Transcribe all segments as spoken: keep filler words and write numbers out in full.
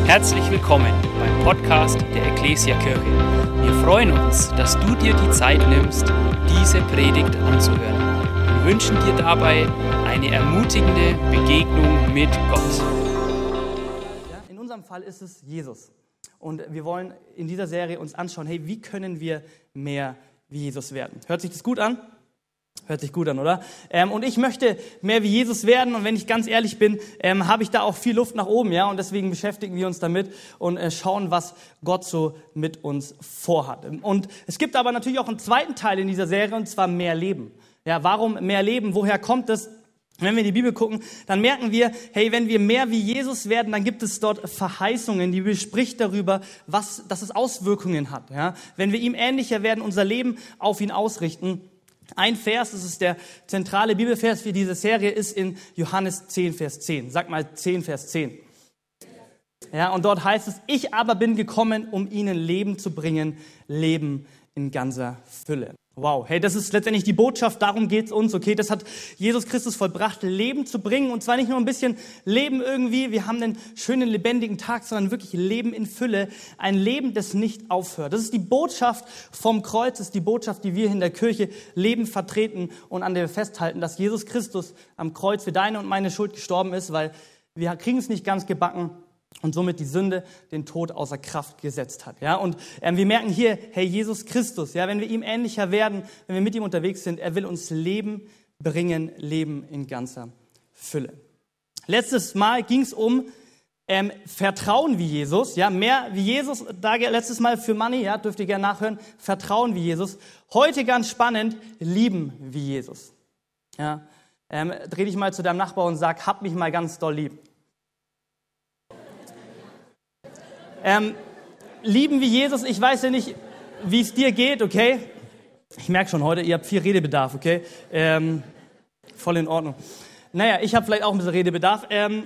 Herzlich willkommen beim Podcast der Ecclesia Kirche. Wir freuen uns, dass du dir die Zeit nimmst, diese Predigt anzuhören. Wir wünschen dir dabei eine ermutigende Begegnung mit Gott. Ja, in unserem Fall ist es Jesus. Und wir wollen in dieser Serie uns anschauen, hey, wie können wir mehr wie Jesus werden? Hört sich das gut an? Hört sich gut an, oder? Ähm, und ich möchte mehr wie Jesus werden, und wenn ich ganz ehrlich bin, ähm, habe ich da auch viel Luft nach oben, ja, und deswegen beschäftigen wir uns damit und äh, schauen, was Gott so mit uns vorhat. Und es gibt aber natürlich auch einen zweiten Teil in dieser Serie, und zwar mehr Leben. Ja, warum mehr Leben? Woher kommt es? Wenn wir in die Bibel gucken, dann merken wir, hey, wenn wir mehr wie Jesus werden, dann gibt es dort Verheißungen. Die Bibel spricht darüber, was, dass es Auswirkungen hat. Ja? Wenn wir ihm ähnlicher werden, unser Leben auf ihn ausrichten. Ein Vers, das ist der zentrale Bibelvers für diese Serie, ist in Johannes zehn, Vers zehn. Sag mal zehn, Vers zehn. Ja, und dort heißt es, ich aber bin gekommen, um ihnen Leben zu bringen, Leben in ganzer Fülle. Wow, hey, das ist letztendlich die Botschaft, darum geht's uns, okay? Das hat Jesus Christus vollbracht, Leben zu bringen, und zwar nicht nur ein bisschen Leben irgendwie, wir haben einen schönen, lebendigen Tag, sondern wirklich Leben in Fülle, ein Leben, das nicht aufhört. Das ist die Botschaft vom Kreuz, das ist die Botschaft, die wir in der Kirche Leben vertreten und an der wir festhalten, dass Jesus Christus am Kreuz für deine und meine Schuld gestorben ist, weil wir kriegen es nicht ganz gebacken, und somit die Sünde den Tod außer Kraft gesetzt hat. Ja, und ähm, wir merken hier, hey, Jesus Christus, ja, wenn wir ihm ähnlicher werden, wenn wir mit ihm unterwegs sind, er will uns Leben bringen, Leben in ganzer Fülle. Letztes Mal ging es um ähm, Vertrauen wie Jesus, ja, mehr wie Jesus, da letztes Mal für Money, ja, dürft ihr gerne nachhören, Vertrauen wie Jesus. Heute ganz spannend, lieben wie Jesus. Ja, ähm, dreh dich mal zu deinem Nachbar und sag, hab mich mal ganz doll lieb. Ähm, lieben wie Jesus, ich weiß ja nicht, wie es dir geht, okay? Ich merke schon heute, ihr habt viel Redebedarf, okay? Ähm, voll in Ordnung. Naja, ich habe vielleicht auch ein bisschen Redebedarf. Ähm,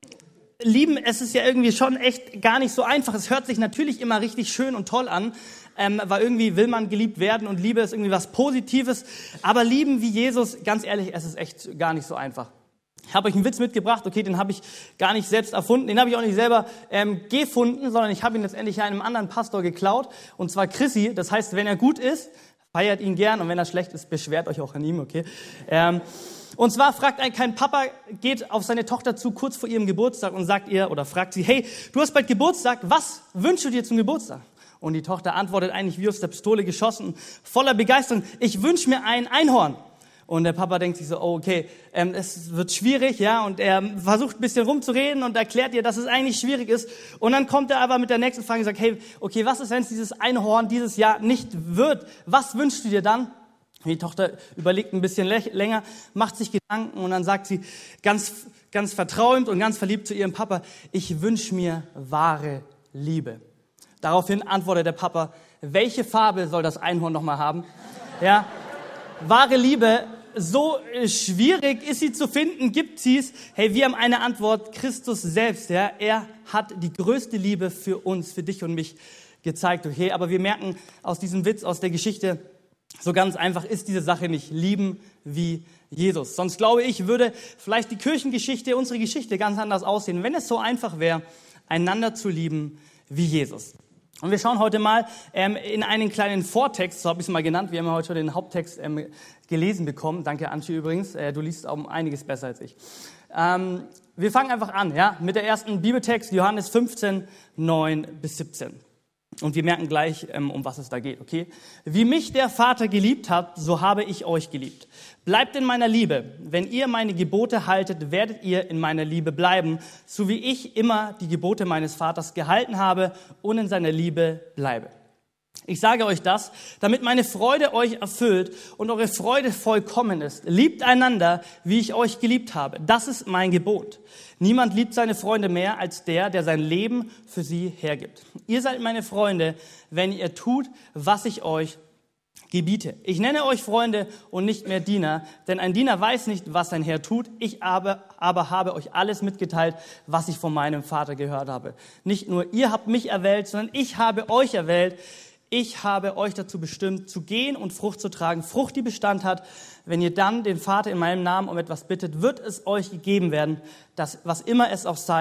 lieben, es ist ja irgendwie schon echt gar nicht so einfach. Es hört sich natürlich immer richtig schön und toll an, ähm, weil irgendwie will man geliebt werden und Liebe ist irgendwie was Positives. Aber lieben wie Jesus, ganz ehrlich, es ist echt gar nicht so einfach. Ich habe euch einen Witz mitgebracht, okay, den habe ich gar nicht selbst erfunden, den habe ich auch nicht selber ähm, gefunden, sondern ich habe ihn letztendlich einem anderen Pastor geklaut, und zwar Chrissy. Das heißt, wenn er gut ist, feiert ihn gern, und wenn er schlecht ist, beschwert euch auch an ihm, okay. Ähm, und zwar fragt ein kein Papa, geht auf seine Tochter zu, kurz vor ihrem Geburtstag, und sagt ihr, oder fragt sie, hey, du hast bald Geburtstag, was wünschst du dir zum Geburtstag? Und die Tochter antwortet eigentlich wie aus der Pistole geschossen, voller Begeisterung, ich wünsche mir ein Einhorn. Und der Papa denkt sich so, oh, okay, ähm, es wird schwierig, ja, und er versucht ein bisschen rumzureden und erklärt ihr, dass es eigentlich schwierig ist. Und dann kommt er aber mit der nächsten Frage und sagt, hey, okay, was ist, wenn es dieses Einhorn dieses Jahr nicht wird? Was wünschst du dir dann? Und die Tochter überlegt ein bisschen lä- länger, macht sich Gedanken, und dann sagt sie ganz, ganz verträumt und ganz verliebt zu ihrem Papa, ich wünsche mir wahre Liebe. Daraufhin antwortet der Papa, welche Farbe soll das Einhorn nochmal haben? Ja. Wahre Liebe, so schwierig ist sie zu finden, gibt sie es. Hey, wir haben eine Antwort, Christus selbst, ja, er hat die größte Liebe für uns, für dich und mich gezeigt, okay, aber wir merken aus diesem Witz, aus der Geschichte, so ganz einfach ist diese Sache nicht, lieben wie Jesus. Sonst glaube ich, würde vielleicht die Kirchengeschichte, unsere Geschichte ganz anders aussehen, wenn es so einfach wäre, einander zu lieben wie Jesus. Und wir schauen heute mal ähm, in einen kleinen Vortext, so habe ich es mal genannt. Wir haben ja heute schon den Haupttext ähm, gelesen bekommen. Danke, Antje, übrigens. Äh, du liest auch einiges besser als ich. Ähm, wir fangen einfach an, ja, mit der ersten Bibeltext, Johannes fünfzehn, neun bis siebzehn. Und wir merken gleich, ähm, um was es da geht, okay? Wie mich der Vater geliebt hat, so habe ich euch geliebt. Bleibt in meiner Liebe. Wenn ihr meine Gebote haltet, werdet ihr in meiner Liebe bleiben, so wie ich immer die Gebote meines Vaters gehalten habe und in seiner Liebe bleibe. Ich sage euch das, damit meine Freude euch erfüllt und eure Freude vollkommen ist. Liebt einander, wie ich euch geliebt habe. Das ist mein Gebot. Niemand liebt seine Freunde mehr als der, der sein Leben für sie hergibt. Ihr seid meine Freunde, wenn ihr tut, was ich euch gebiete. Ich nenne euch Freunde und nicht mehr Diener, denn ein Diener weiß nicht, was sein Herr tut. Ich aber, aber habe euch alles mitgeteilt, was ich von meinem Vater gehört habe. Nicht nur ihr habt mich erwählt, sondern ich habe euch erwählt. Ich habe euch dazu bestimmt, zu gehen und Frucht zu tragen, Frucht, die Bestand hat. Wenn ihr dann den Vater in meinem Namen um etwas bittet, wird es euch gegeben werden, dass, was immer es auch sei,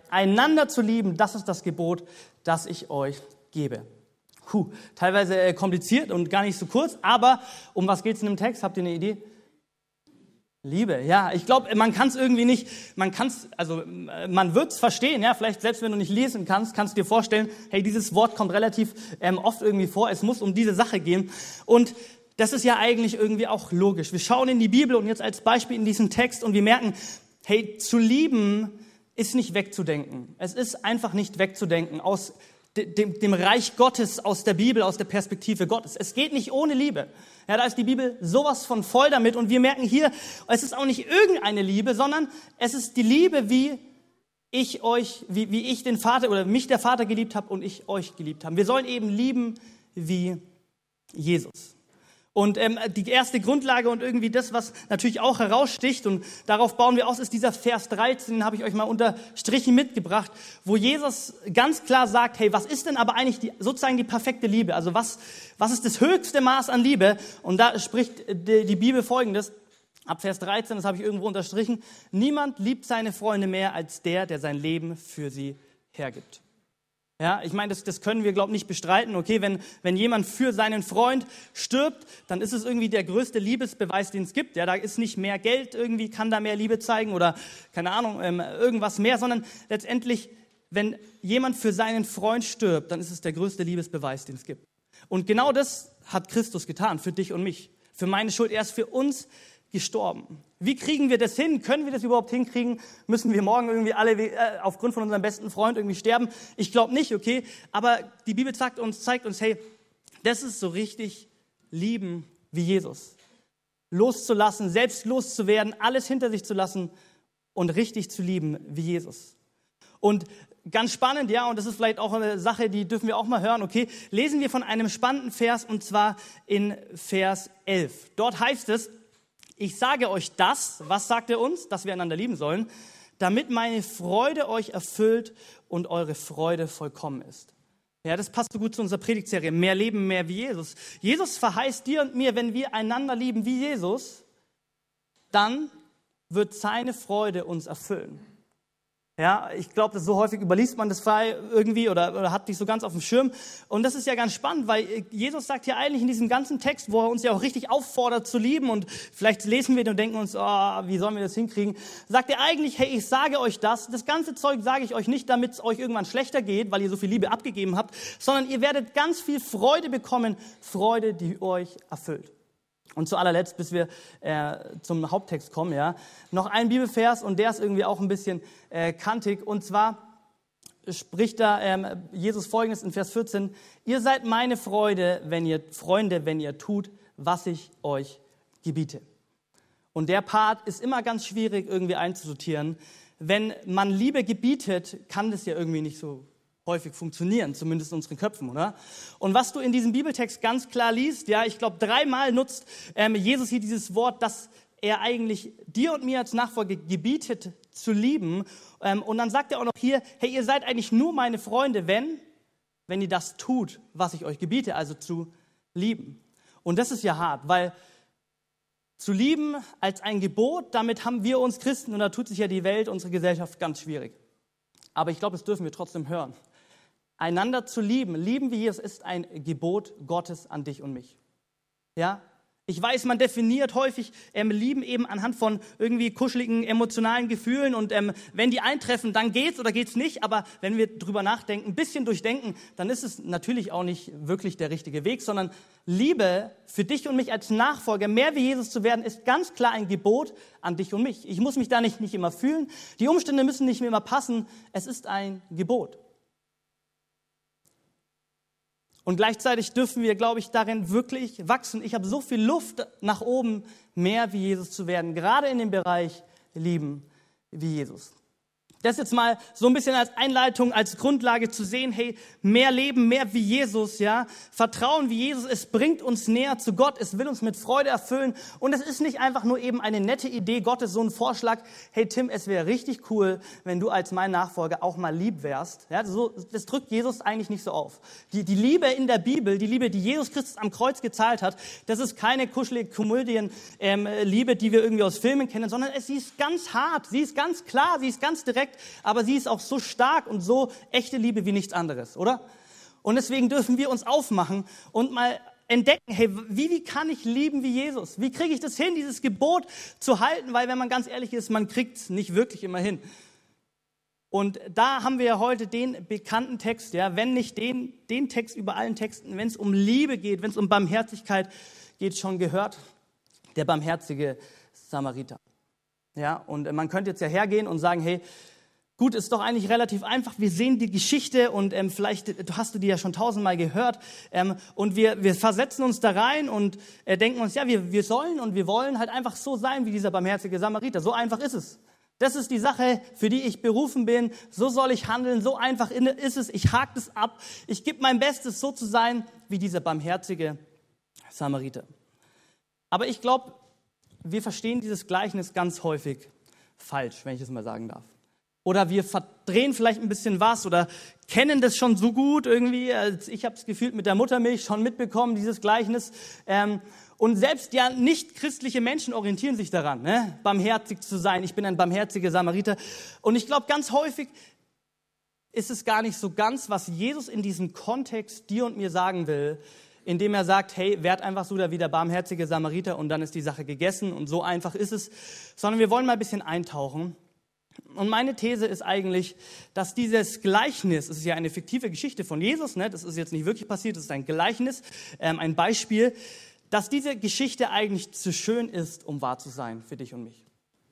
einander zu lieben, das ist das Gebot, das ich euch gebe. Puh, teilweise äh, kompliziert und gar nicht so kurz, aber um was geht es in dem Text? Habt ihr eine Idee? Liebe, ja, ich glaube, man kann es irgendwie nicht, man kann es, also man wird es verstehen, ja, vielleicht selbst wenn du nicht lesen kannst, kannst du dir vorstellen, hey, dieses Wort kommt relativ ähm, oft irgendwie vor, es muss um diese Sache gehen und das ist ja eigentlich irgendwie auch logisch. Wir schauen in die Bibel und jetzt als Beispiel in diesen Text und wir merken, hey, zu lieben ist nicht wegzudenken. Es ist einfach nicht wegzudenken aus dem, dem Reich Gottes, aus der Bibel, aus der Perspektive Gottes. Es geht nicht ohne Liebe. Ja, da ist die Bibel sowas von voll damit und wir merken hier, es ist auch nicht irgendeine Liebe, sondern es ist die Liebe, wie ich euch, wie, wie ich den Vater oder mich der Vater geliebt habe und ich euch geliebt habe. Wir sollen eben lieben wie Jesus. Und ähm, die erste Grundlage und irgendwie das, was natürlich auch heraussticht und darauf bauen wir aus, ist dieser Vers dreizehn, den habe ich euch mal unterstrichen mitgebracht, wo Jesus ganz klar sagt, hey, was ist denn aber eigentlich die, sozusagen die perfekte Liebe? Also was, was ist das höchste Maß an Liebe? Und da spricht die, die Bibel Folgendes, ab Vers dreizehn, das habe ich irgendwo unterstrichen, niemand liebt seine Freunde mehr als der, der sein Leben für sie hergibt. Ja, ich meine, das, das können wir, glaube ich, nicht bestreiten. Okay, wenn, wenn jemand für seinen Freund stirbt, dann ist es irgendwie der größte Liebesbeweis, den es gibt. Ja, da ist nicht mehr Geld irgendwie, kann da mehr Liebe zeigen oder, keine Ahnung, ähm, irgendwas mehr, sondern letztendlich, wenn jemand für seinen Freund stirbt, dann ist es der größte Liebesbeweis, den es gibt. Und genau das hat Christus getan, für dich und mich. Für meine Schuld, er ist für uns gestorben. Wie kriegen wir das hin? Können wir das überhaupt hinkriegen? Müssen wir morgen irgendwie alle äh, aufgrund von unserem besten Freund irgendwie sterben? Ich glaube nicht, okay. Aber die Bibel sagt uns, zeigt uns, hey, das ist so richtig lieben wie Jesus. Loszulassen, selbst loszuwerden, alles hinter sich zu lassen und richtig zu lieben wie Jesus. Und ganz spannend, ja, und das ist vielleicht auch eine Sache, die dürfen wir auch mal hören, okay, lesen wir von einem spannenden Vers und zwar in Vers elf. Dort heißt es, ich sage euch das, was sagt er uns, dass wir einander lieben sollen, damit meine Freude euch erfüllt und eure Freude vollkommen ist. Ja, das passt so gut zu unserer Predigtserie, mehr Leben, mehr wie Jesus. Jesus verheißt dir und mir, wenn wir einander lieben wie Jesus, dann wird seine Freude uns erfüllen. Ja, ich glaube, so häufig überliest man das frei irgendwie oder, oder hat nicht so ganz auf dem Schirm. Und das ist ja ganz spannend, weil Jesus sagt ja eigentlich in diesem ganzen Text, wo er uns ja auch richtig auffordert zu lieben und vielleicht lesen wir den und denken uns, oh, wie sollen wir das hinkriegen, sagt er eigentlich, hey, ich sage euch das, das ganze Zeug sage ich euch nicht, damit es euch irgendwann schlechter geht, weil ihr so viel Liebe abgegeben habt, sondern ihr werdet ganz viel Freude bekommen, Freude, die euch erfüllt. Und zu allerletzt, bis wir äh, zum Haupttext kommen, ja, noch ein Bibelvers und der ist irgendwie auch ein bisschen äh, kantig. Und zwar spricht da ähm, Jesus Folgendes in Vers vierzehn: Ihr seid meine Freude, wenn ihr Freunde, wenn ihr tut, was ich euch gebiete. Und der Part ist immer ganz schwierig irgendwie einzusortieren. Wenn man Liebe gebietet, kann das ja irgendwie nicht so häufig funktionieren, zumindest in unseren Köpfen, oder? Und was du in diesem Bibeltext ganz klar liest, ja, ich glaube, dreimal nutzt ähm, Jesus hier dieses Wort, dass er eigentlich dir und mir als Nachfolger gebietet zu lieben. Ähm, und dann sagt er auch noch hier, hey, ihr seid eigentlich nur meine Freunde, wenn, wenn ihr das tut, was ich euch gebiete, also zu lieben. Und das ist ja hart, weil zu lieben als ein Gebot, damit haben wir uns Christen, und da tut sich ja die Welt, unsere Gesellschaft ganz schwierig. Aber ich glaube, das dürfen wir trotzdem hören. Einander zu lieben, lieben wie Jesus, ist ein Gebot Gottes an dich und mich. Ja? Ich weiß, man definiert häufig ähm, Lieben eben anhand von irgendwie kuscheligen, emotionalen Gefühlen und ähm, wenn die eintreffen, dann geht's oder geht's nicht, aber wenn wir drüber nachdenken, ein bisschen durchdenken, dann ist es natürlich auch nicht wirklich der richtige Weg, sondern Liebe für dich und mich als Nachfolger, mehr wie Jesus zu werden, ist ganz klar ein Gebot an dich und mich. Ich muss mich da nicht, nicht immer fühlen, die Umstände müssen nicht mehr immer passen, es ist ein Gebot. Und gleichzeitig dürfen wir, glaube ich, darin wirklich wachsen. Ich habe so viel Luft nach oben, mehr wie Jesus zu werden, gerade in dem Bereich Lieben wie Jesus. Das jetzt mal so ein bisschen als Einleitung, als Grundlage zu sehen, hey, mehr Leben, mehr wie Jesus, ja, Vertrauen wie Jesus, es bringt uns näher zu Gott, es will uns mit Freude erfüllen und es ist nicht einfach nur eben eine nette Idee Gottes, so ein Vorschlag, hey Tim, es wäre richtig cool, wenn du als mein Nachfolger auch mal lieb wärst, ja, so, das drückt Jesus eigentlich nicht so auf. Die, die Liebe in der Bibel, die Liebe, die Jesus Christus am Kreuz gezahlt hat, das ist keine kuschelige Komödien, ähm, Liebe, die wir irgendwie aus Filmen kennen, sondern es, sie ist ganz hart, sie ist ganz klar, sie ist ganz direkt. perfekt, aber sie ist auch so stark und so echte Liebe wie nichts anderes, oder? Und deswegen dürfen wir uns aufmachen und mal entdecken, hey, wie, wie kann ich lieben wie Jesus? Wie kriege ich das hin, dieses Gebot zu halten? Weil wenn man ganz ehrlich ist, man kriegt es nicht wirklich immer hin. Und da haben wir ja heute den bekannten Text, ja, wenn nicht den, den Text über allen Texten, wenn es um Liebe geht, wenn es um Barmherzigkeit geht, schon gehört, der barmherzige Samariter. Ja, und man könnte jetzt ja hergehen und sagen, hey, gut, ist doch eigentlich relativ einfach. Wir sehen die Geschichte und ähm, vielleicht hast du die ja schon tausendmal gehört ähm, und wir, wir versetzen uns da rein und äh, denken uns, ja, wir, wir sollen und wir wollen halt einfach so sein wie dieser barmherzige Samariter. So einfach ist es. Das ist die Sache, für die ich berufen bin. So soll ich handeln. So einfach ist es. Ich hake das ab. Ich gebe mein Bestes, so zu sein wie dieser barmherzige Samariter. Aber ich glaube, wir verstehen dieses Gleichnis ganz häufig falsch, wenn ich das mal sagen darf. Oder wir verdrehen vielleicht ein bisschen was oder kennen das schon so gut irgendwie. Ich habe es gefühlt mit der Muttermilch schon mitbekommen, dieses Gleichnis. Und selbst ja nicht christliche Menschen orientieren sich daran, ne? Barmherzig zu sein. Ich bin ein barmherziger Samariter. Und ich glaube, ganz häufig ist es gar nicht so ganz, was Jesus in diesem Kontext dir und mir sagen will, indem er sagt, hey, werd einfach so da wie der barmherzige Samariter und dann ist die Sache gegessen und so einfach ist es. Sondern wir wollen mal ein bisschen eintauchen. Und meine These ist eigentlich, dass dieses Gleichnis, es ist ja eine fiktive Geschichte von Jesus, ne? Das ist jetzt nicht wirklich passiert, das ist ein Gleichnis, ähm, ein Beispiel, dass diese Geschichte eigentlich zu schön ist, um wahr zu sein für dich und mich.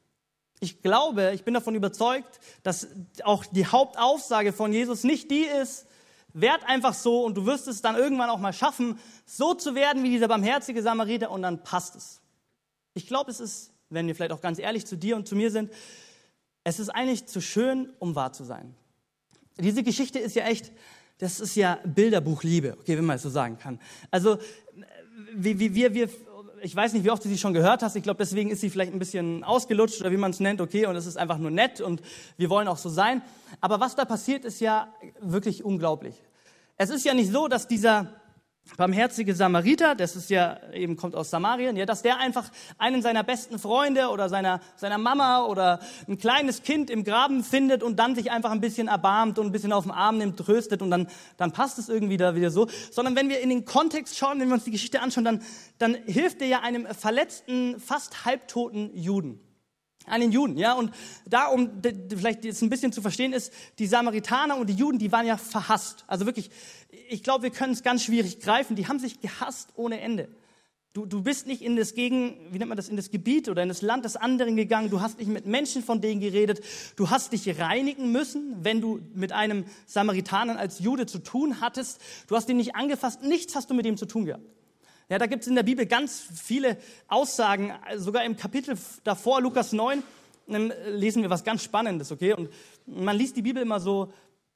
Ich glaube, ich bin davon überzeugt, dass auch die Hauptaussage von Jesus nicht die ist, werd einfach so und du wirst es dann irgendwann auch mal schaffen, so zu werden wie dieser barmherzige Samariter und dann passt es. Ich glaube, es ist, wenn wir vielleicht auch ganz ehrlich zu dir und zu mir sind, es ist eigentlich zu schön, um wahr zu sein. Diese Geschichte ist ja echt, das ist ja Bilderbuchliebe, okay, wenn man es so sagen kann. Also, wie, wie wir, wir, ich weiß nicht, wie oft du sie schon gehört hast. Ich glaube, deswegen ist sie vielleicht ein bisschen ausgelutscht oder wie man es nennt, okay, und es ist einfach nur nett und wir wollen auch so sein. Aber was da passiert, ist ja wirklich unglaublich. Es ist ja nicht so, dass dieser barmherzige Samariter, das ist ja eben kommt aus Samarien, ja, dass der einfach einen seiner besten Freunde oder seiner seiner Mama oder ein kleines Kind im Graben findet und dann sich einfach ein bisschen erbarmt und ein bisschen auf den Arm nimmt, tröstet und dann dann passt es irgendwie da wieder so. Sondern wenn wir in den Kontext schauen, wenn wir uns die Geschichte anschauen, dann dann hilft er ja einem verletzten, fast halbtoten Juden. Einen Juden, ja, und da, um d- d- vielleicht jetzt ein bisschen zu verstehen ist, die Samaritaner und die Juden, die waren ja verhasst. Also wirklich, ich glaube, wir können es ganz schwierig greifen. Die haben sich gehasst ohne Ende. Du, du bist nicht in das Gegen, wie nennt man das, in das Gebiet oder in das Land des anderen gegangen. Du hast nicht mit Menschen von denen geredet. Du hast dich reinigen müssen, wenn du mit einem Samaritaner als Jude zu tun hattest. Du hast ihn nicht angefasst. Nichts hast du mit ihm zu tun gehabt. Ja, da gibt es in der Bibel ganz viele Aussagen, sogar im Kapitel davor, Lukas neun, lesen wir was ganz Spannendes, okay? Und man liest die Bibel immer so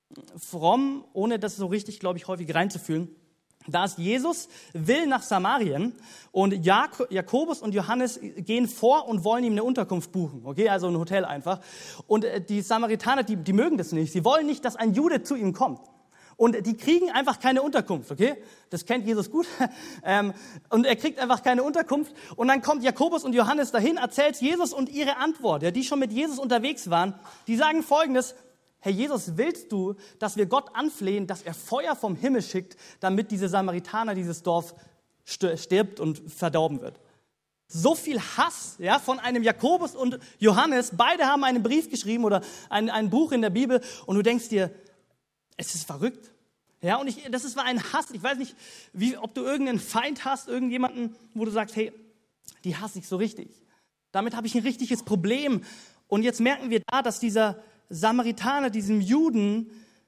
fromm, ohne das so richtig, glaube ich, häufig reinzufühlen. Da ist Jesus, will nach Samarien und Jak- Jakobus und Johannes gehen vor und wollen ihm eine Unterkunft buchen, okay? Also ein Hotel einfach. Und die Samaritaner, die, die mögen das nicht. Sie wollen nicht, dass ein Jude zu ihm kommt. Und die kriegen einfach keine Unterkunft, okay? Das kennt Jesus gut. Ähm, und er kriegt einfach keine Unterkunft. Und dann kommt Jakobus und Johannes dahin, erzählt Jesus und ihre Antwort, ja, die schon mit Jesus unterwegs waren. Die sagen Folgendes: Herr Jesus, willst du, dass wir Gott anflehen, dass er Feuer vom Himmel schickt, damit diese Samaritaner, dieses Dorf stirbt und verdorben wird? So viel Hass, ja, von einem Jakobus und Johannes. Beide haben einen Brief geschrieben oder ein, ein Buch in der Bibel. Und du denkst dir, es ist verrückt. Ja, und ich, das ist war ein Hass. Ich weiß nicht, wie, ob du irgendeinen Feind hast, irgendjemanden, wo du sagst, hey, die hasse ich so richtig. Damit habe ich ein richtiges Problem. Und jetzt merken wir da, dass dieser Samaritaner, diesem Juden,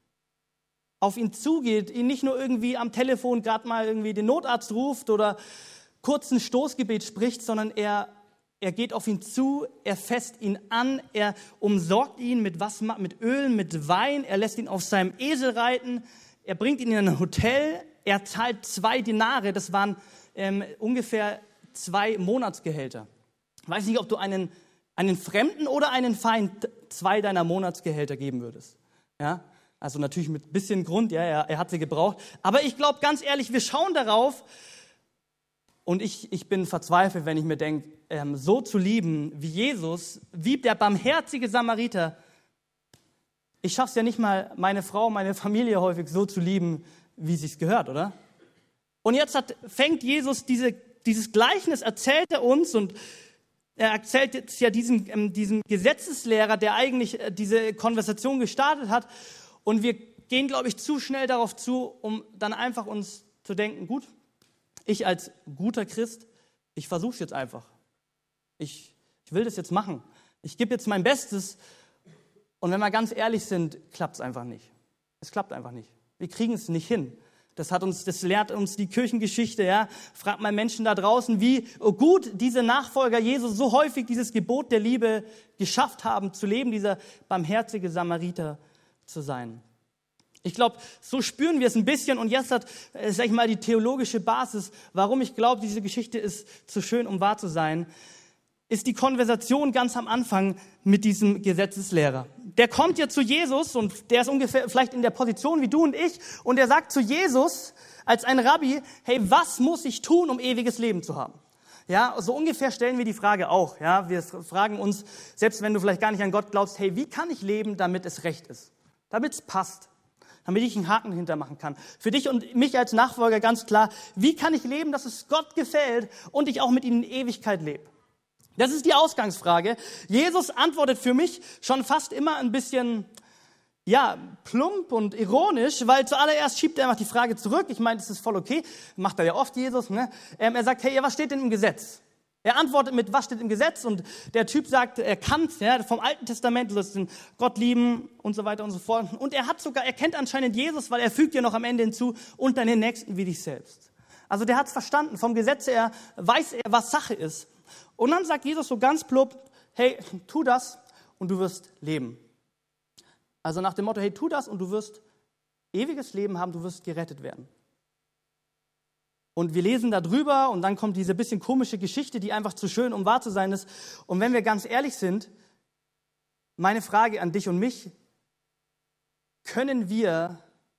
auf ihn zugeht, ihn nicht nur irgendwie am Telefon gerade mal irgendwie den Notarzt ruft oder kurz ein Stoßgebet spricht, sondern er Er geht auf ihn zu, er fasst ihn an, er umsorgt ihn mit was, mit Öl, mit Wein, er lässt ihn auf seinem Esel reiten, er bringt ihn in ein Hotel, er zahlt zwei Dinare, das waren ähm, ungefähr zwei Monatsgehälter. Ich weiß nicht, ob du einen, einen Fremden oder einen Feind zwei deiner Monatsgehälter geben würdest. Ja? Also natürlich mit ein bisschen Grund, ja, er, er hat sie gebraucht. Aber ich glaube, ganz ehrlich, wir schauen darauf, und ich, ich bin verzweifelt, wenn ich mir denke, ähm, so zu lieben wie Jesus, wie der barmherzige Samariter, ich schaffe es ja nicht mal, meine Frau, meine Familie häufig so zu lieben, wie sie es gehört, oder? Und jetzt hat, fängt Jesus diese, dieses Gleichnis, erzählt er uns und er erzählt jetzt ja diesem, ähm, diesem Gesetzeslehrer, der eigentlich äh, diese Konversation gestartet hat. Und wir gehen, glaube ich, zu schnell darauf zu, um dann einfach uns zu denken, gut, ich als guter Christ, ich versuche es jetzt einfach. Ich, ich will das jetzt machen. Ich gebe jetzt mein Bestes. Und wenn wir ganz ehrlich sind, klappt es einfach nicht. Es klappt einfach nicht. Wir kriegen es nicht hin. Das hat uns, das lehrt uns die Kirchengeschichte, ja. Fragt mal Menschen da draußen, wie gut diese Nachfolger Jesus so häufig dieses Gebot der Liebe geschafft haben, zu leben, dieser barmherzige Samariter zu sein. Ich glaube, so spüren wir es ein bisschen. Und jetzt hat, äh, sag ich mal, die theologische Basis, warum ich glaube, diese Geschichte ist zu schön, um wahr zu sein, ist die Konversation ganz am Anfang mit diesem Gesetzeslehrer. Der kommt ja zu Jesus und der ist ungefähr vielleicht in der Position wie du und ich und der sagt zu Jesus als ein Rabbi, hey, was muss ich tun, um ewiges Leben zu haben? Ja, so ungefähr stellen wir die Frage auch. Ja, wir fragen uns, selbst wenn du vielleicht gar nicht an Gott glaubst, hey, wie kann ich leben, damit es recht ist? Damit es passt? Damit ich einen Haken hintermachen kann. Für dich und mich als Nachfolger ganz klar, wie kann ich leben, dass es Gott gefällt und ich auch mit ihm in Ewigkeit lebe? Das ist die Ausgangsfrage. Jesus antwortet für mich schon fast immer ein bisschen, ja, plump und ironisch, weil zuallererst schiebt er einfach die Frage zurück. Ich meine, das ist voll okay, macht er ja oft, Jesus. Ne? Ähm, er sagt, hey, ja, was steht denn im Gesetz? Er antwortet mit, was steht im Gesetz? Und der Typ sagt, er kann ja, vom Alten Testament, du sollst den Gott lieben und so weiter und so fort. Und er hat sogar, er kennt anscheinend Jesus, weil er fügt ja noch am Ende hinzu, und deinen Nächsten wie dich selbst. Also der hat es verstanden. Vom Gesetz her weiß er, was Sache ist. Und dann sagt Jesus so ganz plump, hey, tu das und du wirst leben. Also nach dem Motto, hey, tu das und du wirst ewiges Leben haben, du wirst gerettet werden. Und wir lesen da drüber und dann kommt diese bisschen komische Geschichte, die einfach zu schön, um wahr zu sein ist. Und wenn wir ganz ehrlich sind, meine Frage an dich und mich, können wir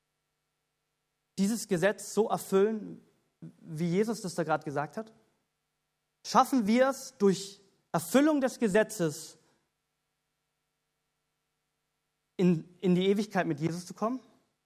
dieses Gesetz so erfüllen, wie Jesus das da gerade gesagt hat? Schaffen wir es durch Erfüllung des Gesetzes in, in die Ewigkeit mit Jesus zu kommen?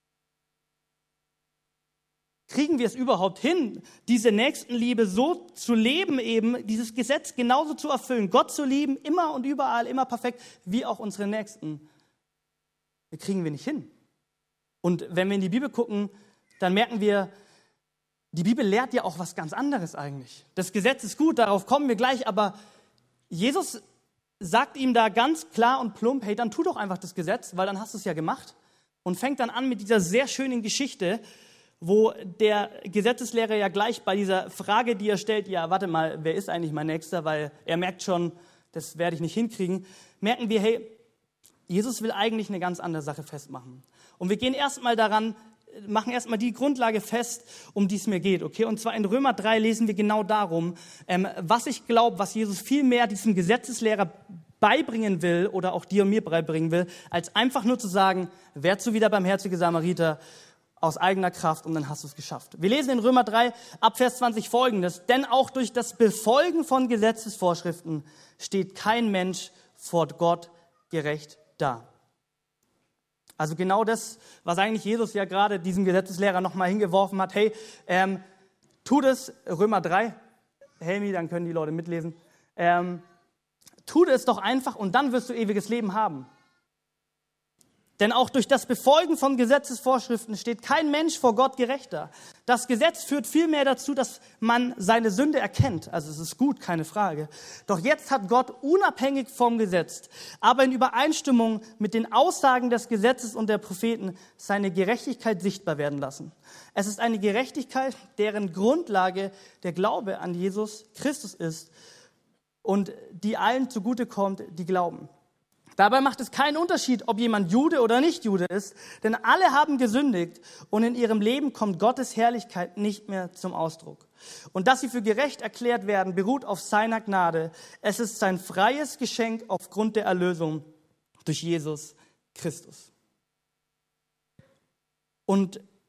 Kriegen wir es überhaupt hin, diese Nächstenliebe so zu leben, eben dieses Gesetz genauso zu erfüllen, Gott zu lieben, immer und überall, immer perfekt, wie auch unsere Nächsten? Das kriegen wir nicht hin. Und wenn wir in die Bibel gucken, dann merken wir, die Bibel lehrt ja auch was ganz anderes eigentlich. Das Gesetz ist gut, darauf kommen wir gleich, aber Jesus sagt ihm da ganz klar und plump, hey, dann tu doch einfach das Gesetz, weil dann hast du es ja gemacht. Und fängt dann an mit dieser sehr schönen Geschichte, wo der Gesetzeslehrer ja gleich bei dieser Frage, die er stellt, ja, warte mal, wer ist eigentlich mein Nächster, weil er merkt schon, das werde ich nicht hinkriegen, merken wir, hey, Jesus will eigentlich eine ganz andere Sache festmachen. Und wir gehen erstmal daran, machen erstmal die Grundlage fest, um die es mir geht, okay? Und zwar in Römer drei lesen wir genau darum, ähm, was ich glaube, was Jesus viel mehr diesem Gesetzeslehrer beibringen will oder auch dir und mir beibringen will, als einfach nur zu sagen, werd so wie der barmherzige Samariter aus eigener Kraft und dann hast du es geschafft. Wir lesen in Römer drei ab Vers zwanzig Folgendes: Denn auch durch das Befolgen von Gesetzesvorschriften steht kein Mensch vor Gott gerecht da. Also genau das, was eigentlich Jesus ja gerade diesem Gesetzeslehrer nochmal hingeworfen hat. Hey, ähm, tu das, Römer drei, Helmi, dann können die Leute mitlesen. Ähm, tu das doch einfach und dann wirst du ewiges Leben haben. Denn auch durch das Befolgen von Gesetzesvorschriften steht kein Mensch vor Gott gerecht da. Das Gesetz führt vielmehr dazu, dass man seine Sünde erkennt. Also es ist gut, keine Frage. Doch jetzt hat Gott unabhängig vom Gesetz, aber in Übereinstimmung mit den Aussagen des Gesetzes und der Propheten seine Gerechtigkeit sichtbar werden lassen. Es ist eine Gerechtigkeit, deren Grundlage der Glaube an Jesus Christus ist und die allen zugutekommt, die glauben. Dabei macht es keinen Unterschied, ob jemand Jude oder nicht Jude ist, denn alle haben gesündigt und in ihrem Leben kommt Gottes Herrlichkeit nicht mehr zum Ausdruck. Und dass sie für gerecht erklärt werden, beruht auf seiner Gnade. Es ist sein freies Geschenk aufgrund der Erlösung durch Jesus Christus. Und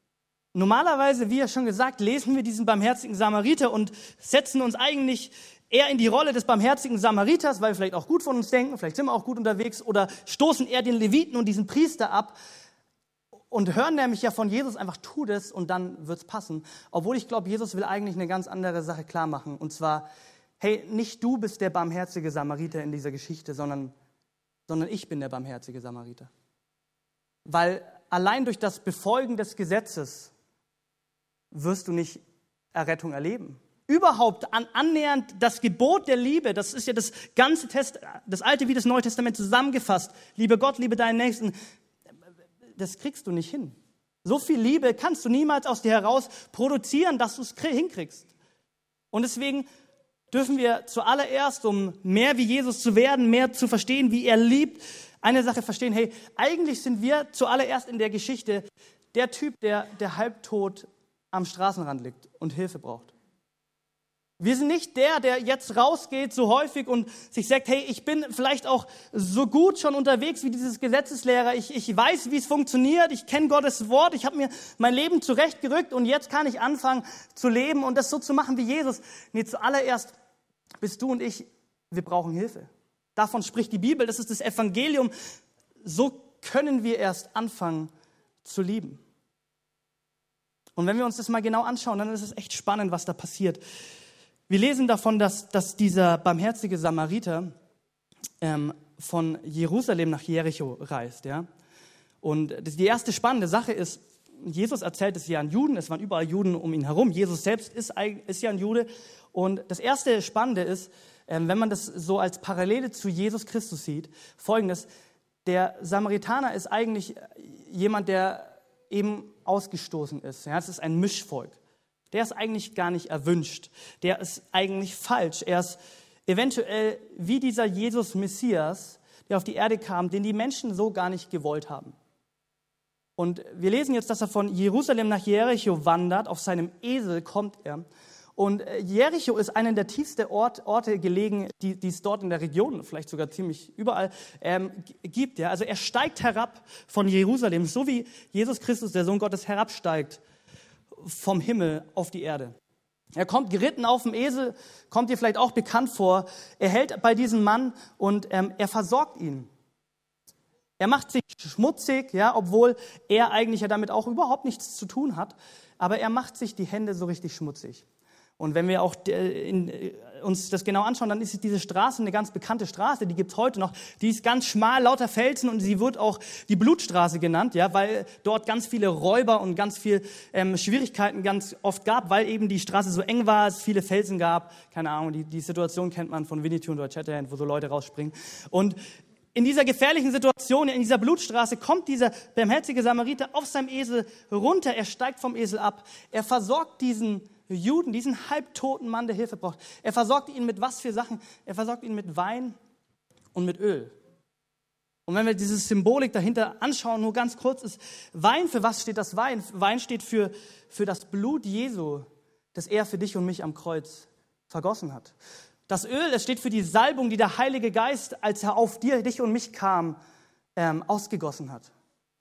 normalerweise, wie ja schon gesagt, lesen wir diesen barmherzigen Samariter und setzen uns eigentlich eher in die Rolle des barmherzigen Samariters, weil wir vielleicht auch gut von uns denken, vielleicht sind wir auch gut unterwegs, oder stoßen eher den Leviten und diesen Priester ab und hören nämlich ja von Jesus einfach, tu das und dann wird's passen. Obwohl ich glaube, Jesus will eigentlich eine ganz andere Sache klar machen. Und zwar, hey, nicht du bist der barmherzige Samariter in dieser Geschichte, sondern, sondern ich bin der barmherzige Samariter. Weil allein durch das Befolgen des Gesetzes wirst du nicht Errettung erleben. Überhaupt an, annähernd das Gebot der Liebe, das ist ja das ganze Test, das Alte wie das Neue Testament zusammengefasst. Liebe Gott, liebe deinen Nächsten. Das kriegst du nicht hin. So viel Liebe kannst du niemals aus dir heraus produzieren, dass du es hinkriegst. Und deswegen dürfen wir zuallererst, um mehr wie Jesus zu werden, mehr zu verstehen, wie er liebt, eine Sache verstehen. Hey, eigentlich sind wir zuallererst in der Geschichte der Typ, der, der halbtot am Straßenrand liegt und Hilfe braucht. Wir sind nicht der, der jetzt rausgeht so häufig und sich sagt, hey, ich bin vielleicht auch so gut schon unterwegs wie dieses Gesetzeslehrer. Ich, ich weiß, wie es funktioniert. Ich kenne Gottes Wort. Ich habe mir mein Leben zurechtgerückt und jetzt kann ich anfangen zu leben und das so zu machen wie Jesus. Nee, zuallererst bist du und ich, wir brauchen Hilfe. Davon spricht die Bibel. Das ist das Evangelium. So können wir erst anfangen zu lieben. Und wenn wir uns das mal genau anschauen, dann ist es echt spannend, was da passiert. Wir lesen davon, dass, dass dieser barmherzige Samariter ähm, von Jerusalem nach Jericho reist. Ja? Und das, die erste spannende Sache ist, Jesus erzählt es ja an Juden, es waren überall Juden um ihn herum. Jesus selbst ist, ist ja ein Jude. Und das erste Spannende ist, ähm, wenn man das so als Parallele zu Jesus Christus sieht, Folgendes: Der Samaritaner ist eigentlich jemand, der eben ausgestoßen ist. Ja? Es ist ein Mischvolk. Der ist eigentlich gar nicht erwünscht. Der ist eigentlich falsch. Er ist eventuell wie dieser Jesus Messias, der auf die Erde kam, den die Menschen so gar nicht gewollt haben. Und wir lesen jetzt, dass er von Jerusalem nach Jericho wandert. Auf seinem Esel kommt er. Und Jericho ist einer der tiefsten Ort, Orte gelegen, die, die es dort in der Region, vielleicht sogar ziemlich überall, ähm, gibt. Ja? Also er steigt herab von Jerusalem, so wie Jesus Christus, der Sohn Gottes, herabsteigt vom Himmel auf die Erde. Er kommt geritten auf dem Esel, kommt dir vielleicht auch bekannt vor. Er hält bei diesem Mann und ähm, er versorgt ihn. Er macht sich schmutzig, ja, obwohl er eigentlich ja damit auch überhaupt nichts zu tun hat. Aber er macht sich die Hände so richtig schmutzig. Und wenn wir auch in, uns das genau anschauen, dann ist diese Straße eine ganz bekannte Straße, die gibt es heute noch. Die ist ganz schmal, lauter Felsen und sie wird auch die Blutstraße genannt, ja, weil dort ganz viele Räuber und ganz viel ähm, Schwierigkeiten ganz oft gab, weil eben die Straße so eng war, es viele Felsen gab. Keine Ahnung, die, die Situation kennt man von Winnetou und Old Shatterhand, wo so Leute rausspringen. Und in dieser gefährlichen Situation, in dieser Blutstraße, kommt dieser barmherzige Samariter auf seinem Esel runter. Er steigt vom Esel ab. Er versorgt diesen Juden, diesen halbtoten Mann, der Hilfe braucht. Er versorgt ihn mit was für Sachen? Er versorgt ihn mit Wein und mit Öl. Und wenn wir diese Symbolik dahinter anschauen, nur ganz kurz, ist Wein, für was steht das Wein? Wein steht für, für das Blut Jesu, das er für dich und mich am Kreuz vergossen hat. Das Öl, das steht für die Salbung, die der Heilige Geist, als er auf dir, dich und mich kam, ähm, ausgegossen hat.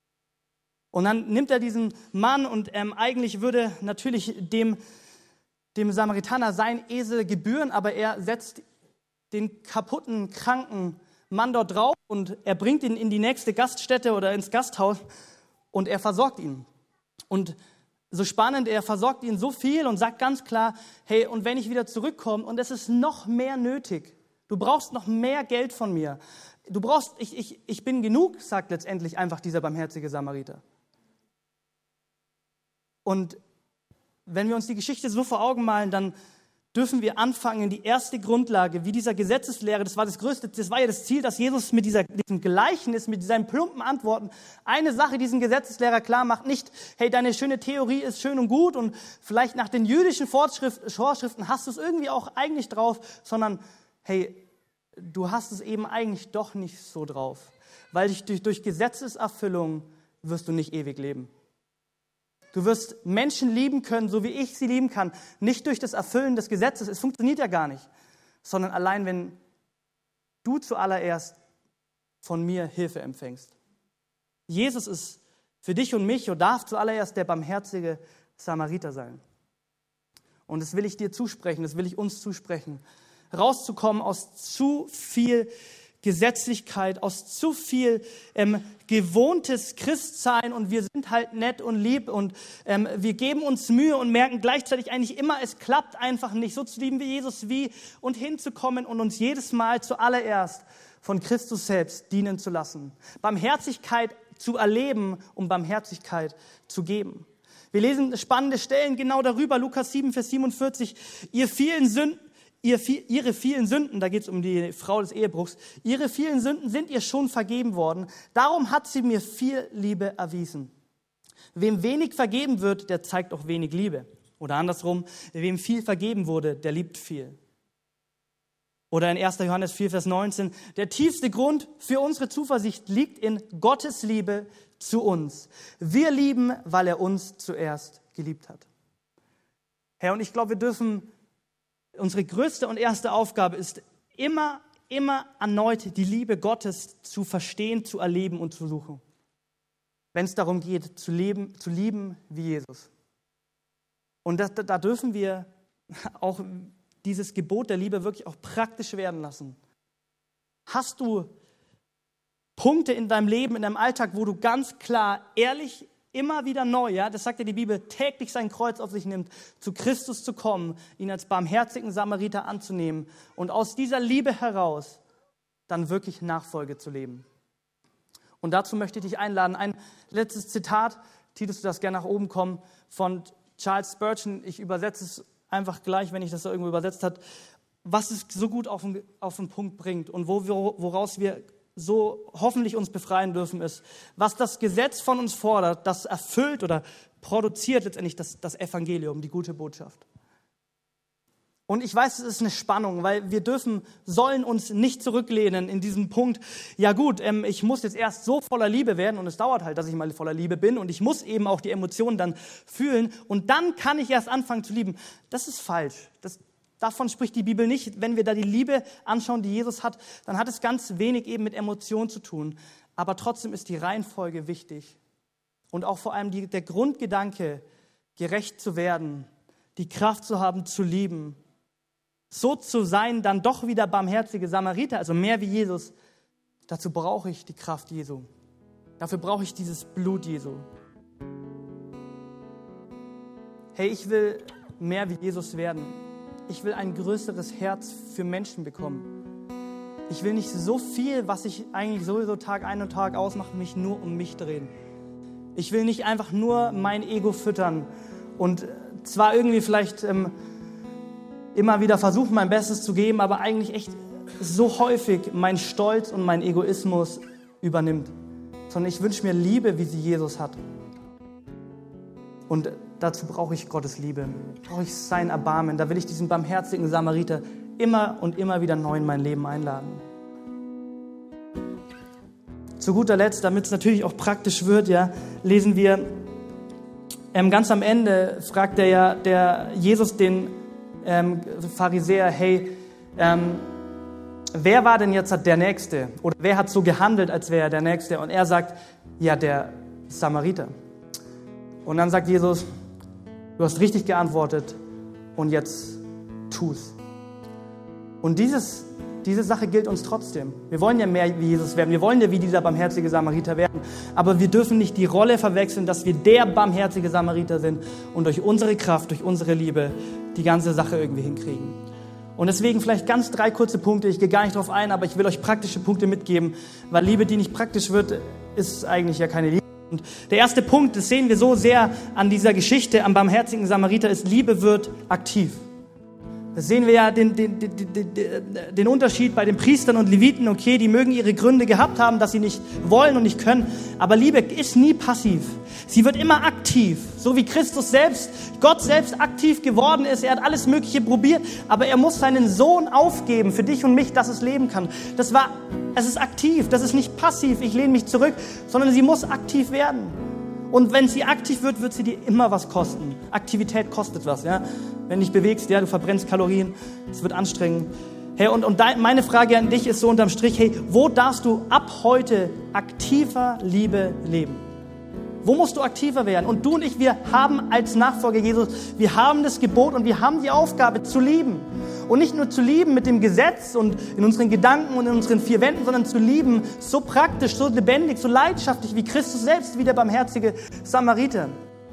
Und dann nimmt er diesen Mann und ähm, eigentlich würde natürlich dem dem Samaritaner sein Esel gebühren, aber er setzt den kaputten, kranken Mann dort drauf und er bringt ihn in die nächste Gaststätte oder ins Gasthaus und er versorgt ihn. Und so spannend, er versorgt ihn so viel und sagt ganz klar, hey, und wenn ich wieder zurückkomme und es ist noch mehr nötig, du brauchst noch mehr Geld von mir, du brauchst, ich, ich, ich bin genug, sagt letztendlich einfach dieser barmherzige Samariter. Und wenn wir uns die Geschichte so vor Augen malen, dann dürfen wir anfangen, die erste Grundlage, wie dieser Gesetzeslehre, das war das größte, das war ja das Ziel, dass Jesus mit dieser, diesem Gleichnis, mit seinen plumpen Antworten eine Sache diesen Gesetzeslehrer klar macht, nicht, hey, deine schöne Theorie ist schön und gut und vielleicht nach den jüdischen Vorschriften hast du es irgendwie auch eigentlich drauf, sondern, hey, du hast es eben eigentlich doch nicht so drauf, weil dich durch, durch Gesetzeserfüllung wirst du nicht ewig leben. Du wirst Menschen lieben können, so wie ich sie lieben kann. Nicht durch das Erfüllen des Gesetzes, es funktioniert ja gar nicht. Sondern allein, wenn du zuallererst von mir Hilfe empfängst. Jesus ist für dich und mich und darf zuallererst der barmherzige Samariter sein. Und das will ich dir zusprechen, das will ich uns zusprechen. Rauszukommen aus zu viel Gesetzlichkeit, aus zu viel ähm, gewohntes Christsein und wir sind halt nett und lieb und ähm, wir geben uns Mühe und merken gleichzeitig eigentlich immer, es klappt einfach nicht, so zu lieben wie Jesus wie und hinzukommen und uns jedes Mal zuallererst von Christus selbst dienen zu lassen. Barmherzigkeit zu erleben, um Barmherzigkeit zu geben. Wir lesen spannende Stellen genau darüber, Lukas sieben, Vers siebenundvierzig, ihr vielen Sünden, Ihr, ihre vielen Sünden, da geht es um die Frau des Ehebruchs, ihre vielen Sünden sind ihr schon vergeben worden. Darum hat sie mir viel Liebe erwiesen. Wem wenig vergeben wird, der zeigt auch wenig Liebe. Oder andersrum, wem viel vergeben wurde, der liebt viel. Oder in erster Johannes vier, Vers neunzehn, der tiefste Grund für unsere Zuversicht liegt in Gottes Liebe zu uns. Wir lieben, weil er uns zuerst geliebt hat. Herr, und ich glaube, wir dürfen... Unsere größte und erste Aufgabe ist immer, immer erneut die Liebe Gottes zu verstehen, zu erleben und zu suchen. Wenn es darum geht, zu leben, zu lieben wie Jesus. Und das, da dürfen wir auch dieses Gebot der Liebe wirklich auch praktisch werden lassen. Hast du Punkte in deinem Leben, in deinem Alltag, wo du ganz klar, ehrlich, immer wieder neu, ja, das sagt ja die Bibel, täglich sein Kreuz auf sich nimmt, zu Christus zu kommen, ihn als barmherzigen Samariter anzunehmen und aus dieser Liebe heraus dann wirklich Nachfolge zu leben. Und dazu möchte ich dich einladen. Ein letztes Zitat, Titus, du darfst gerne nach oben kommen, von Charles Spurgeon. Ich übersetze es einfach gleich, wenn ich das so irgendwo übersetzt habe, was es so gut auf den, auf den Punkt bringt und wo wir, woraus wir so hoffentlich uns befreien dürfen, ist, was das Gesetz von uns fordert, das erfüllt oder produziert letztendlich das, das Evangelium, die gute Botschaft. Und ich weiß, es ist eine Spannung, weil wir dürfen, sollen uns nicht zurücklehnen in diesem Punkt, ja gut, ähm, ich muss jetzt erst so voller Liebe werden und es dauert halt, dass ich mal voller Liebe bin und ich muss eben auch die Emotionen dann fühlen und dann kann ich erst anfangen zu lieben. Das ist falsch. Das Davon spricht die Bibel nicht. Wenn wir da die Liebe anschauen, die Jesus hat, dann hat es ganz wenig eben mit Emotionen zu tun. Aber trotzdem ist die Reihenfolge wichtig. Und auch vor allem die, der Grundgedanke, gerecht zu werden, die Kraft zu haben, zu lieben, so zu sein, dann doch wieder barmherzige Samariter, also mehr wie Jesus. Dazu brauche ich die Kraft Jesu. Dafür brauche ich dieses Blut Jesu. Hey, ich will mehr wie Jesus werden. Ich will ein größeres Herz für Menschen bekommen. Ich will nicht so viel, was ich eigentlich sowieso Tag ein und Tag aus mache, mich nur um mich drehen. Ich will nicht einfach nur mein Ego füttern und zwar irgendwie vielleicht ähm, immer wieder versuchen, mein Bestes zu geben, aber eigentlich echt so häufig mein Stolz und mein Egoismus übernimmt. Sondern ich wünsche mir Liebe, wie sie Jesus hat. Und dazu brauche ich Gottes Liebe, brauche ich sein Erbarmen. Da will ich diesen barmherzigen Samariter immer und immer wieder neu in mein Leben einladen. Zu guter Letzt, damit es natürlich auch praktisch wird, ja, lesen wir, ähm, ganz am Ende fragt der, ja, der Jesus den ähm, Pharisäer, hey, ähm, wer war denn jetzt der Nächste? Oder wer hat so gehandelt, als wäre er der Nächste? Und er sagt, ja, der Samariter. Und dann sagt Jesus, du hast richtig geantwortet und jetzt tu's. Und dieses, diese Sache gilt uns trotzdem. Wir wollen ja mehr wie Jesus werden. Wir wollen ja wie dieser barmherzige Samariter werden. Aber wir dürfen nicht die Rolle verwechseln, dass wir der barmherzige Samariter sind und durch unsere Kraft, durch unsere Liebe die ganze Sache irgendwie hinkriegen. Und deswegen vielleicht ganz drei kurze Punkte. Ich gehe gar nicht drauf ein, aber ich will euch praktische Punkte mitgeben, weil Liebe, die nicht praktisch wird, ist eigentlich ja keine Liebe. Und der erste Punkt, das sehen wir so sehr an dieser Geschichte, am barmherzigen Samariter, ist, Liebe wird aktiv. Da sehen wir ja den, den, den, den Unterschied bei den Priestern und Leviten. Okay, die mögen ihre Gründe gehabt haben, dass sie nicht wollen und nicht können. Aber Liebe ist nie passiv. Sie wird immer aktiv. So wie Christus selbst, Gott selbst aktiv geworden ist. Er hat alles Mögliche probiert, aber er muss seinen Sohn aufgeben für dich und mich, dass es leben kann. Das war, es ist aktiv. Das ist nicht passiv. Ich lehne mich zurück, sondern sie muss aktiv werden. Und wenn sie aktiv wird, wird sie dir immer was kosten. Aktivität kostet was, ja. Wenn du dich bewegst, ja, du verbrennst Kalorien, es wird anstrengend. Hey, und, und dein, meine Frage an dich ist so unterm Strich, hey, wo darfst du ab heute aktiver Liebe leben? Wo musst du aktiver werden? Und du und ich, wir haben als Nachfolger Jesus, wir haben das Gebot und wir haben die Aufgabe zu lieben. Und nicht nur zu lieben mit dem Gesetz und in unseren Gedanken und in unseren vier Wänden, sondern zu lieben so praktisch, so lebendig, so leidenschaftlich wie Christus selbst, wie der barmherzige Samariter.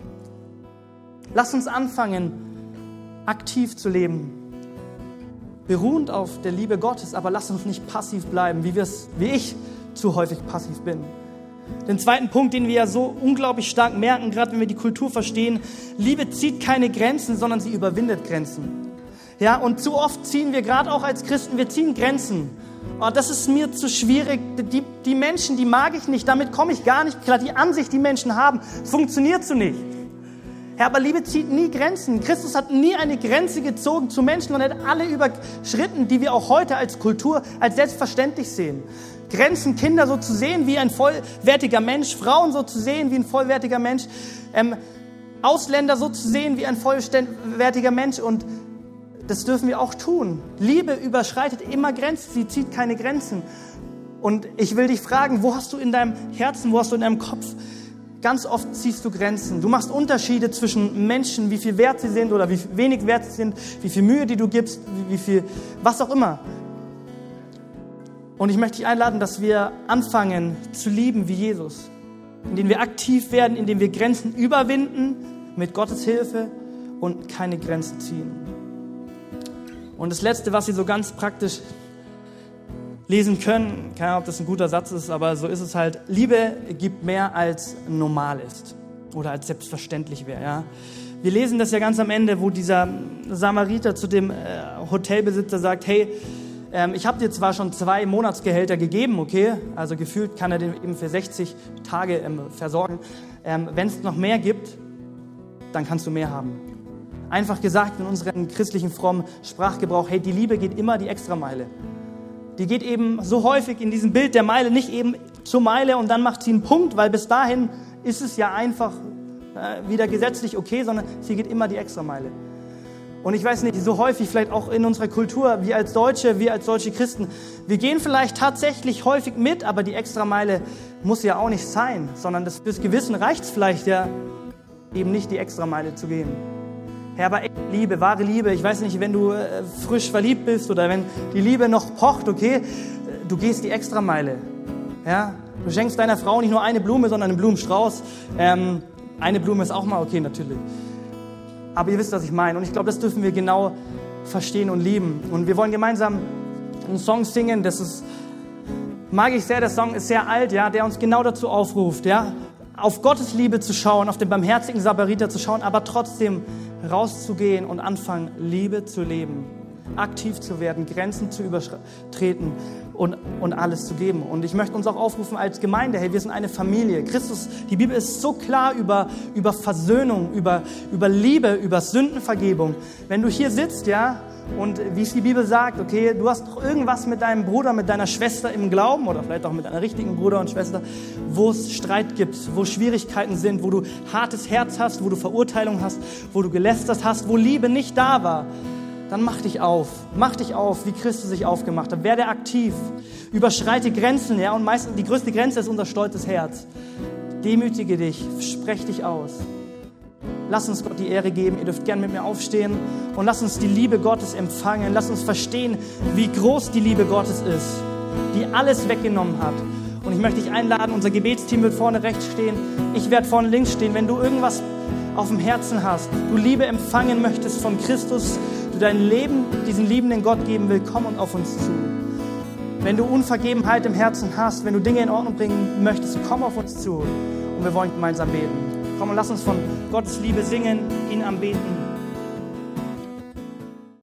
Lass uns anfangen, aktiv zu leben. Beruhend auf der Liebe Gottes, aber lass uns nicht passiv bleiben, wie, wir's, wie ich zu häufig passiv bin. Den zweiten Punkt, den wir ja so unglaublich stark merken, gerade wenn wir die Kultur verstehen, Liebe zieht keine Grenzen, sondern sie überwindet Grenzen. Ja, und zu oft ziehen wir, gerade auch als Christen, wir ziehen Grenzen. Oh, das ist mir zu schwierig, die, die Menschen, die mag ich nicht, damit komme ich gar nicht klar. Die Ansicht, die Menschen haben, funktioniert so nicht. Ja, aber Liebe zieht nie Grenzen. Christus hat nie eine Grenze gezogen zu Menschen und hat alle überschritten, die wir auch heute als Kultur als selbstverständlich sehen. Grenzen, Kinder so zu sehen wie ein vollwertiger Mensch, Frauen so zu sehen wie ein vollwertiger Mensch, ähm, Ausländer so zu sehen wie ein vollwertiger Mensch, und das dürfen wir auch tun. Liebe überschreitet immer Grenzen, sie zieht keine Grenzen. Und ich will dich fragen, wo hast du in deinem Herzen, wo hast du in deinem Kopf, ganz oft ziehst du Grenzen. Du machst Unterschiede zwischen Menschen, wie viel wert sie sind oder wie wenig wert sie sind, wie viel Mühe, die du gibst, wie viel, was auch immer. Und ich möchte dich einladen, dass wir anfangen zu lieben wie Jesus, indem wir aktiv werden, indem wir Grenzen überwinden mit Gottes Hilfe und keine Grenzen ziehen. Und das Letzte, was Sie so ganz praktisch lesen können, keine Ahnung, ob das ein guter Satz ist, aber so ist es halt: Liebe gibt mehr als normal ist oder als selbstverständlich wäre. Ja? Wir lesen das ja ganz am Ende, wo dieser Samariter zu dem äh, Hotelbesitzer sagt: Hey, ähm, ich habe dir zwar schon zwei Monatsgehälter gegeben, okay, also gefühlt kann er den eben für sechzig Tage ähm, versorgen. Ähm, Wenn es noch mehr gibt, dann kannst du mehr haben. Einfach gesagt in unserem christlichen frommen Sprachgebrauch: Hey, die Liebe geht immer die Extrameile. Die geht eben so häufig in diesem Bild der Meile nicht eben zur Meile und dann macht sie einen Punkt, weil bis dahin ist es ja einfach äh, wieder gesetzlich okay, sondern sie geht immer die Extrameile. Und ich weiß nicht, so häufig vielleicht auch in unserer Kultur, wir als Deutsche, wir als deutsche Christen, wir gehen vielleicht tatsächlich häufig mit, aber die Extrameile muss ja auch nicht sein, sondern das, fürs Gewissen reicht es vielleicht ja eben nicht, die Extrameile zu gehen. Ja, aber echt Liebe, wahre Liebe, ich weiß nicht, wenn du äh, frisch verliebt bist oder wenn die Liebe noch pocht, okay, du gehst die Extrameile. Ja? Du schenkst deiner Frau nicht nur eine Blume, sondern einen Blumenstrauß. Ähm, eine Blume ist auch mal okay, natürlich. Aber ihr wisst, was ich meine. Und ich glaube, das dürfen wir genau verstehen und lieben. Und wir wollen gemeinsam einen Song singen, das ist, mag ich sehr, der Song ist sehr alt, ja, der uns genau dazu aufruft, ja, auf Gottes Liebe zu schauen, auf den barmherzigen Samariter zu schauen, aber trotzdem rauszugehen und anfangen, Liebe zu leben, aktiv zu werden, Grenzen zu übertreten und, und alles zu geben. Und ich möchte uns auch aufrufen als Gemeinde: Hey, wir sind eine Familie. Christus, die Bibel ist so klar über, über Versöhnung, über, über Liebe, über Sündenvergebung. Wenn du hier sitzt, ja, und wie es die Bibel sagt, okay, du hast doch irgendwas mit deinem Bruder, mit deiner Schwester im Glauben oder vielleicht auch mit deiner richtigen Bruder und Schwester, wo es Streit gibt, wo Schwierigkeiten sind, wo du hartes Herz hast, wo du Verurteilung hast, wo du gelästert hast, wo Liebe nicht da war, dann mach dich auf. Mach dich auf, wie Christus sich aufgemacht hat. Werde aktiv. Überschreite Grenzen, ja, und meistens die größte Grenze ist unser stolzes Herz. Demütige dich, sprech dich aus. Lass uns Gott die Ehre geben. Ihr dürft gerne mit mir aufstehen und lass uns die Liebe Gottes empfangen. Lass uns verstehen, wie groß die Liebe Gottes ist, die alles weggenommen hat. Und ich möchte dich einladen, unser Gebetsteam wird vorne rechts stehen. Ich werde vorne links stehen. Wenn du irgendwas auf dem Herzen hast, du Liebe empfangen möchtest von Christus, du dein Leben diesen liebenden Gott geben willst, komm und auf uns zu. Wenn du Unvergebenheit im Herzen hast, wenn du Dinge in Ordnung bringen möchtest, komm auf uns zu und wir wollen gemeinsam beten. Komm und lass uns von Gottes Liebe singen, ihn anbeten.